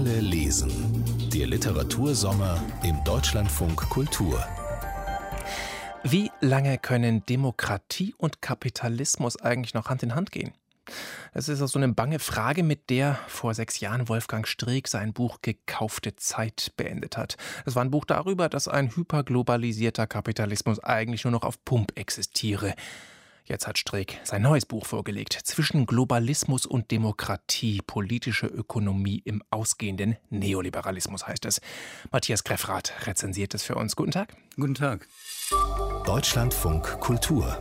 Alle lesen. Der Literatursommer im Deutschlandfunk Kultur. Wie lange können Demokratie und Kapitalismus eigentlich noch Hand in Hand gehen? Das ist so eine bange Frage, mit der vor 6 Jahren Wolfgang Streeck sein Buch Gekaufte Zeit beendet hat. Es war ein Buch darüber, dass ein hyperglobalisierter Kapitalismus eigentlich nur noch auf Pump existiere. Jetzt hat Streeck sein neues Buch vorgelegt. Zwischen Globalismus und Demokratie, politische Ökonomie im ausgehenden Neoliberalismus heißt es. Matthias Greffrath rezensiert es für uns. Guten Tag. Guten Tag. Deutschlandfunk Kultur.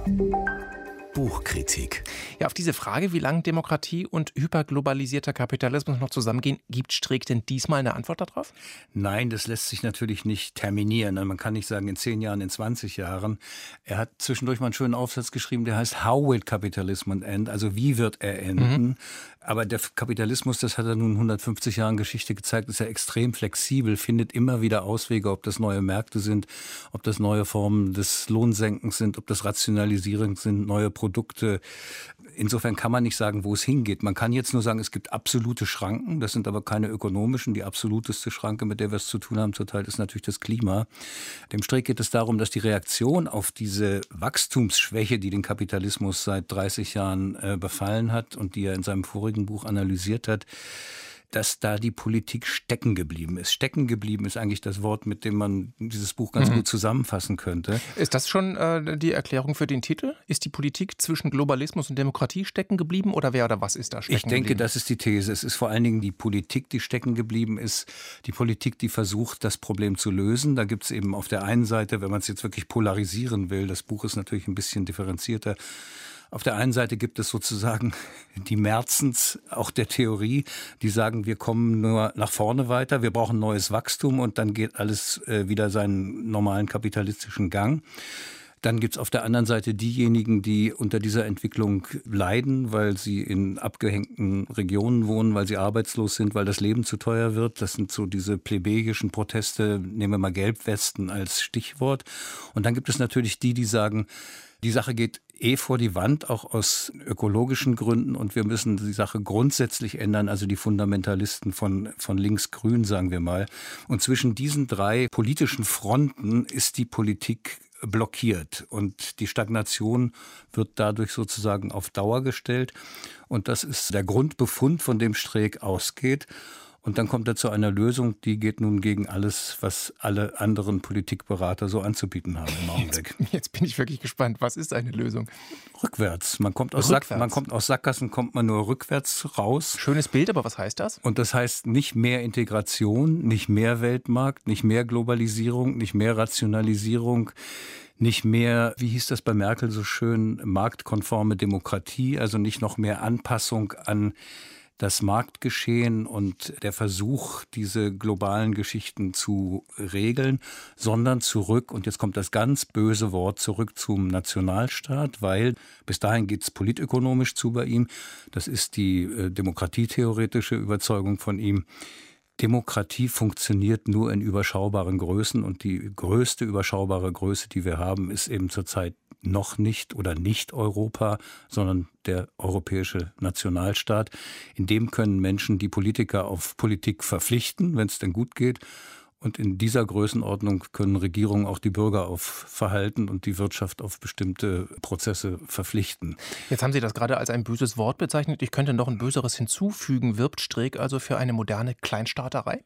Buchkritik. Ja, auf diese Frage, wie lange Demokratie und hyperglobalisierter Kapitalismus noch zusammengehen, gibt Streeck denn diesmal eine Antwort darauf? Nein, das lässt sich natürlich nicht terminieren. Man kann nicht sagen in 10 Jahren, in 20 Jahren. Er hat zwischendurch mal einen schönen Aufsatz geschrieben, der heißt How will Capitalism end? Also wie wird er enden? Aber der Kapitalismus, das hat er nun 150 Jahren Geschichte gezeigt, ist ja extrem flexibel, findet immer wieder Auswege, ob das neue Märkte sind, ob das neue Formen des Lohnsenkens sind, ob das Rationalisierung sind, neue Produkte. Insofern kann man nicht sagen, wo es hingeht. Man kann jetzt nur sagen, es gibt absolute Schranken. Das sind aber keine ökonomischen. Die absoluteste Schranke, mit der wir es zu tun haben zurzeit, ist natürlich das Klima. Dem Streeck geht es darum, dass die Reaktion auf diese Wachstumsschwäche, die den Kapitalismus seit 30 Jahren befallen hat und die er in seinem vorigen Buch analysiert hat, dass da die Politik stecken geblieben ist. Stecken geblieben ist eigentlich das Wort, mit dem man dieses Buch ganz gut zusammenfassen könnte. Ist das schon die Erklärung für den Titel? Ist die Politik zwischen Globalismus und Demokratie stecken geblieben oder wer oder was ist da stecken geblieben? Ich denke, das ist die These. Es ist vor allen Dingen die Politik, die stecken geblieben ist. Die Politik, die versucht, das Problem zu lösen. Da gibt es eben auf der einen Seite, wenn man es jetzt wirklich polarisieren will, das Buch ist natürlich ein bisschen differenzierter. Auf der einen Seite gibt es sozusagen die Merzens, auch der Theorie, die sagen, wir kommen nur nach vorne weiter, wir brauchen neues Wachstum und dann geht alles wieder seinen normalen kapitalistischen Gang. Dann gibt es auf der anderen Seite diejenigen, die unter dieser Entwicklung leiden, weil sie in abgehängten Regionen wohnen, weil sie arbeitslos sind, weil das Leben zu teuer wird. Das sind so diese plebejischen Proteste, nehmen wir mal Gelbwesten als Stichwort. Und dann gibt es natürlich die, die sagen, die Sache geht vor die Wand, auch aus ökologischen Gründen und wir müssen die Sache grundsätzlich ändern, also die Fundamentalisten von links-grün, sagen wir mal. Und zwischen diesen 3 politischen Fronten ist die Politik blockiert und die Stagnation wird dadurch sozusagen auf Dauer gestellt und das ist der Grundbefund, von dem Streeck ausgeht. Und dann kommt er zu einer Lösung, die geht nun gegen alles, was alle anderen Politikberater so anzubieten haben im Augenblick. Jetzt bin ich wirklich gespannt. Was ist eine Lösung? Rückwärts. Man kommt aus Sackgassen, kommt man nur rückwärts raus. Schönes Bild, aber was heißt das? Und das heißt nicht mehr Integration, nicht mehr Weltmarkt, nicht mehr Globalisierung, nicht mehr Rationalisierung, nicht mehr, wie hieß das bei Merkel so schön, marktkonforme Demokratie, also nicht noch mehr Anpassung an das Marktgeschehen und der Versuch, diese globalen Geschichten zu regeln, sondern zurück, und jetzt kommt das ganz böse Wort, zurück zum Nationalstaat, weil bis dahin geht es politökonomisch zu bei ihm. Das ist die demokratietheoretische Überzeugung von ihm. Demokratie funktioniert nur in überschaubaren Größen und die größte überschaubare Größe, die wir haben, ist eben zurzeit noch nicht oder nicht Europa, sondern der europäische Nationalstaat. In dem können Menschen die Politiker auf Politik verpflichten, wenn es denn gut geht. Und in dieser Größenordnung können Regierungen auch die Bürger auf Verhalten und die Wirtschaft auf bestimmte Prozesse verpflichten. Jetzt haben Sie das gerade als ein böses Wort bezeichnet. Ich könnte noch ein böseres hinzufügen. Wirbt Streeck also für eine moderne Kleinstaaterei?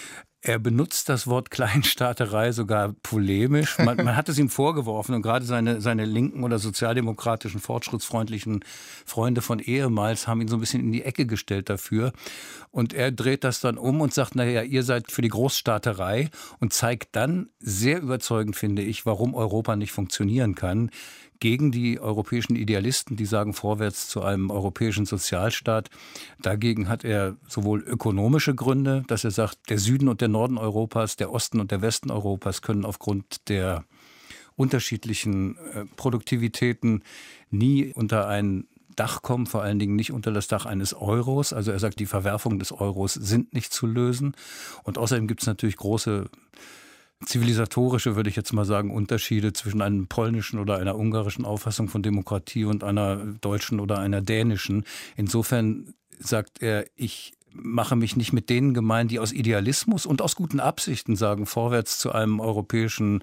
Er benutzt das Wort Kleinstaaterei sogar polemisch. Man hat es ihm vorgeworfen und gerade seine linken oder sozialdemokratischen, fortschrittsfreundlichen Freunde von ehemals haben ihn so ein bisschen in die Ecke gestellt dafür. Und er dreht das dann um und sagt, naja, ihr seid für die Großstaaterei und zeigt dann sehr überzeugend, finde ich, warum Europa nicht funktionieren kann. Gegen die europäischen Idealisten, die sagen vorwärts zu einem europäischen Sozialstaat. Dagegen hat er sowohl ökonomische Gründe, dass er sagt, der Süden und der Norden Europas, der Osten und der Westen Europas können aufgrund der unterschiedlichen Produktivitäten nie unter ein Dach kommen, vor allen Dingen nicht unter das Dach eines Euros. Also er sagt, die Verwerfungen des Euros sind nicht zu lösen. Und außerdem gibt es natürlich große zivilisatorische, würde ich jetzt mal sagen, Unterschiede zwischen einer polnischen oder einer ungarischen Auffassung von Demokratie und einer deutschen oder einer dänischen. Insofern sagt er, ich mache mich nicht mit denen gemein, die aus Idealismus und aus guten Absichten sagen, vorwärts zu einem europäischen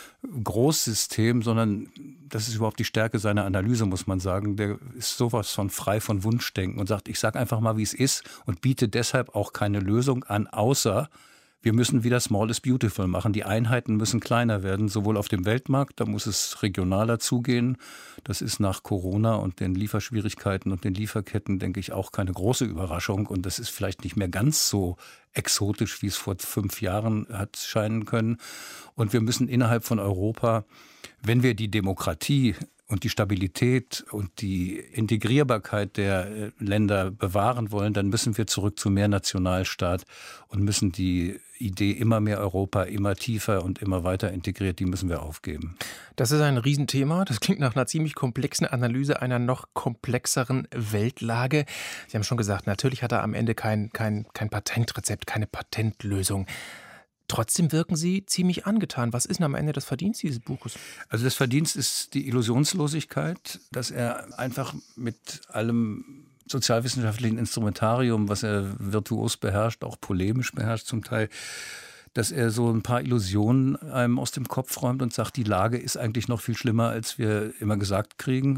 Großsystem, sondern das ist überhaupt die Stärke seiner Analyse, muss man sagen. Der ist sowas von frei von Wunschdenken und sagt, ich sage einfach mal, wie es ist und biete deshalb auch keine Lösung an, außer wir müssen wieder Small is Beautiful machen. Die Einheiten müssen kleiner werden, sowohl auf dem Weltmarkt, da muss es regionaler zugehen. Das ist nach Corona und den Lieferschwierigkeiten und den Lieferketten, denke ich, auch keine große Überraschung. Und das ist vielleicht nicht mehr ganz so exotisch, wie es vor 5 Jahren hat scheinen können. Und wir müssen innerhalb von Europa, wenn wir die Demokratie und die Stabilität und die Integrierbarkeit der Länder bewahren wollen, dann müssen wir zurück zu mehr Nationalstaat und müssen die Idee immer mehr Europa, immer tiefer und immer weiter integriert, die müssen wir aufgeben. Das ist ein Riesenthema. Das klingt nach einer ziemlich komplexen Analyse einer noch komplexeren Weltlage. Sie haben schon gesagt, natürlich hat er am Ende kein Patentrezept, keine Patentlösung. Trotzdem wirken Sie ziemlich angetan. Was ist denn am Ende das Verdienst dieses Buches? Also das Verdienst ist die Illusionslosigkeit, dass er einfach mit allem sozialwissenschaftlichen Instrumentarium, was er virtuos beherrscht, auch polemisch beherrscht zum Teil, dass er so ein paar Illusionen einem aus dem Kopf räumt und sagt, die Lage ist eigentlich noch viel schlimmer, als wir immer gesagt kriegen.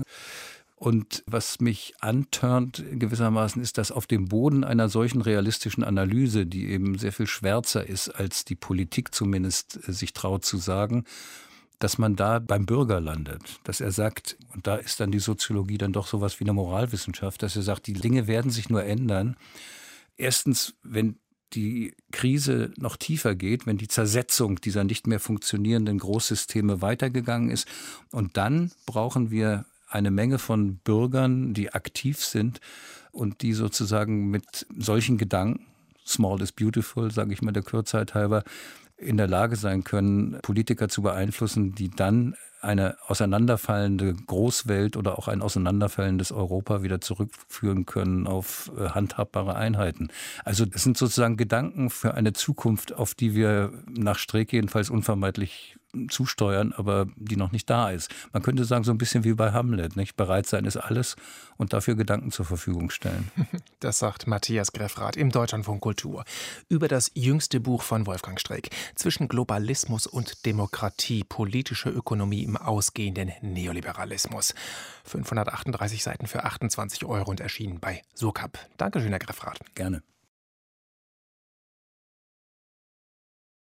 Und was mich antörnt gewissermaßen ist, dass auf dem Boden einer solchen realistischen Analyse, die eben sehr viel schwärzer ist, als die Politik zumindest sich traut zu sagen, dass man da beim Bürger landet. Dass er sagt, und da ist dann die Soziologie dann doch sowas wie eine Moralwissenschaft, dass er sagt, die Dinge werden sich nur ändern. Erstens, wenn die Krise noch tiefer geht, wenn die Zersetzung dieser nicht mehr funktionierenden Großsysteme weitergegangen ist. Und dann brauchen wir eine Menge von Bürgern, die aktiv sind und die sozusagen mit solchen Gedanken, small is beautiful, sage ich mal der Kürzheit halber, in der Lage sein können, Politiker zu beeinflussen, die dann eine auseinanderfallende Großwelt oder auch ein auseinanderfallendes Europa wieder zurückführen können auf handhabbare Einheiten. Also das sind sozusagen Gedanken für eine Zukunft, auf die wir nach Streeck jedenfalls unvermeidlich zusteuern, aber die noch nicht da ist. Man könnte sagen, so ein bisschen wie bei Hamlet, nicht? Bereit sein ist alles und dafür Gedanken zur Verfügung stellen. Das sagt Matthias Greffrath im Deutschlandfunk Kultur über das jüngste Buch von Wolfgang Streeck. Zwischen Globalismus und Demokratie, politische Ökonomie im ausgehenden Neoliberalismus. 538 Seiten für 28 € und erschienen bei Sokap. Dankeschön, Herr Greffrath. Gerne.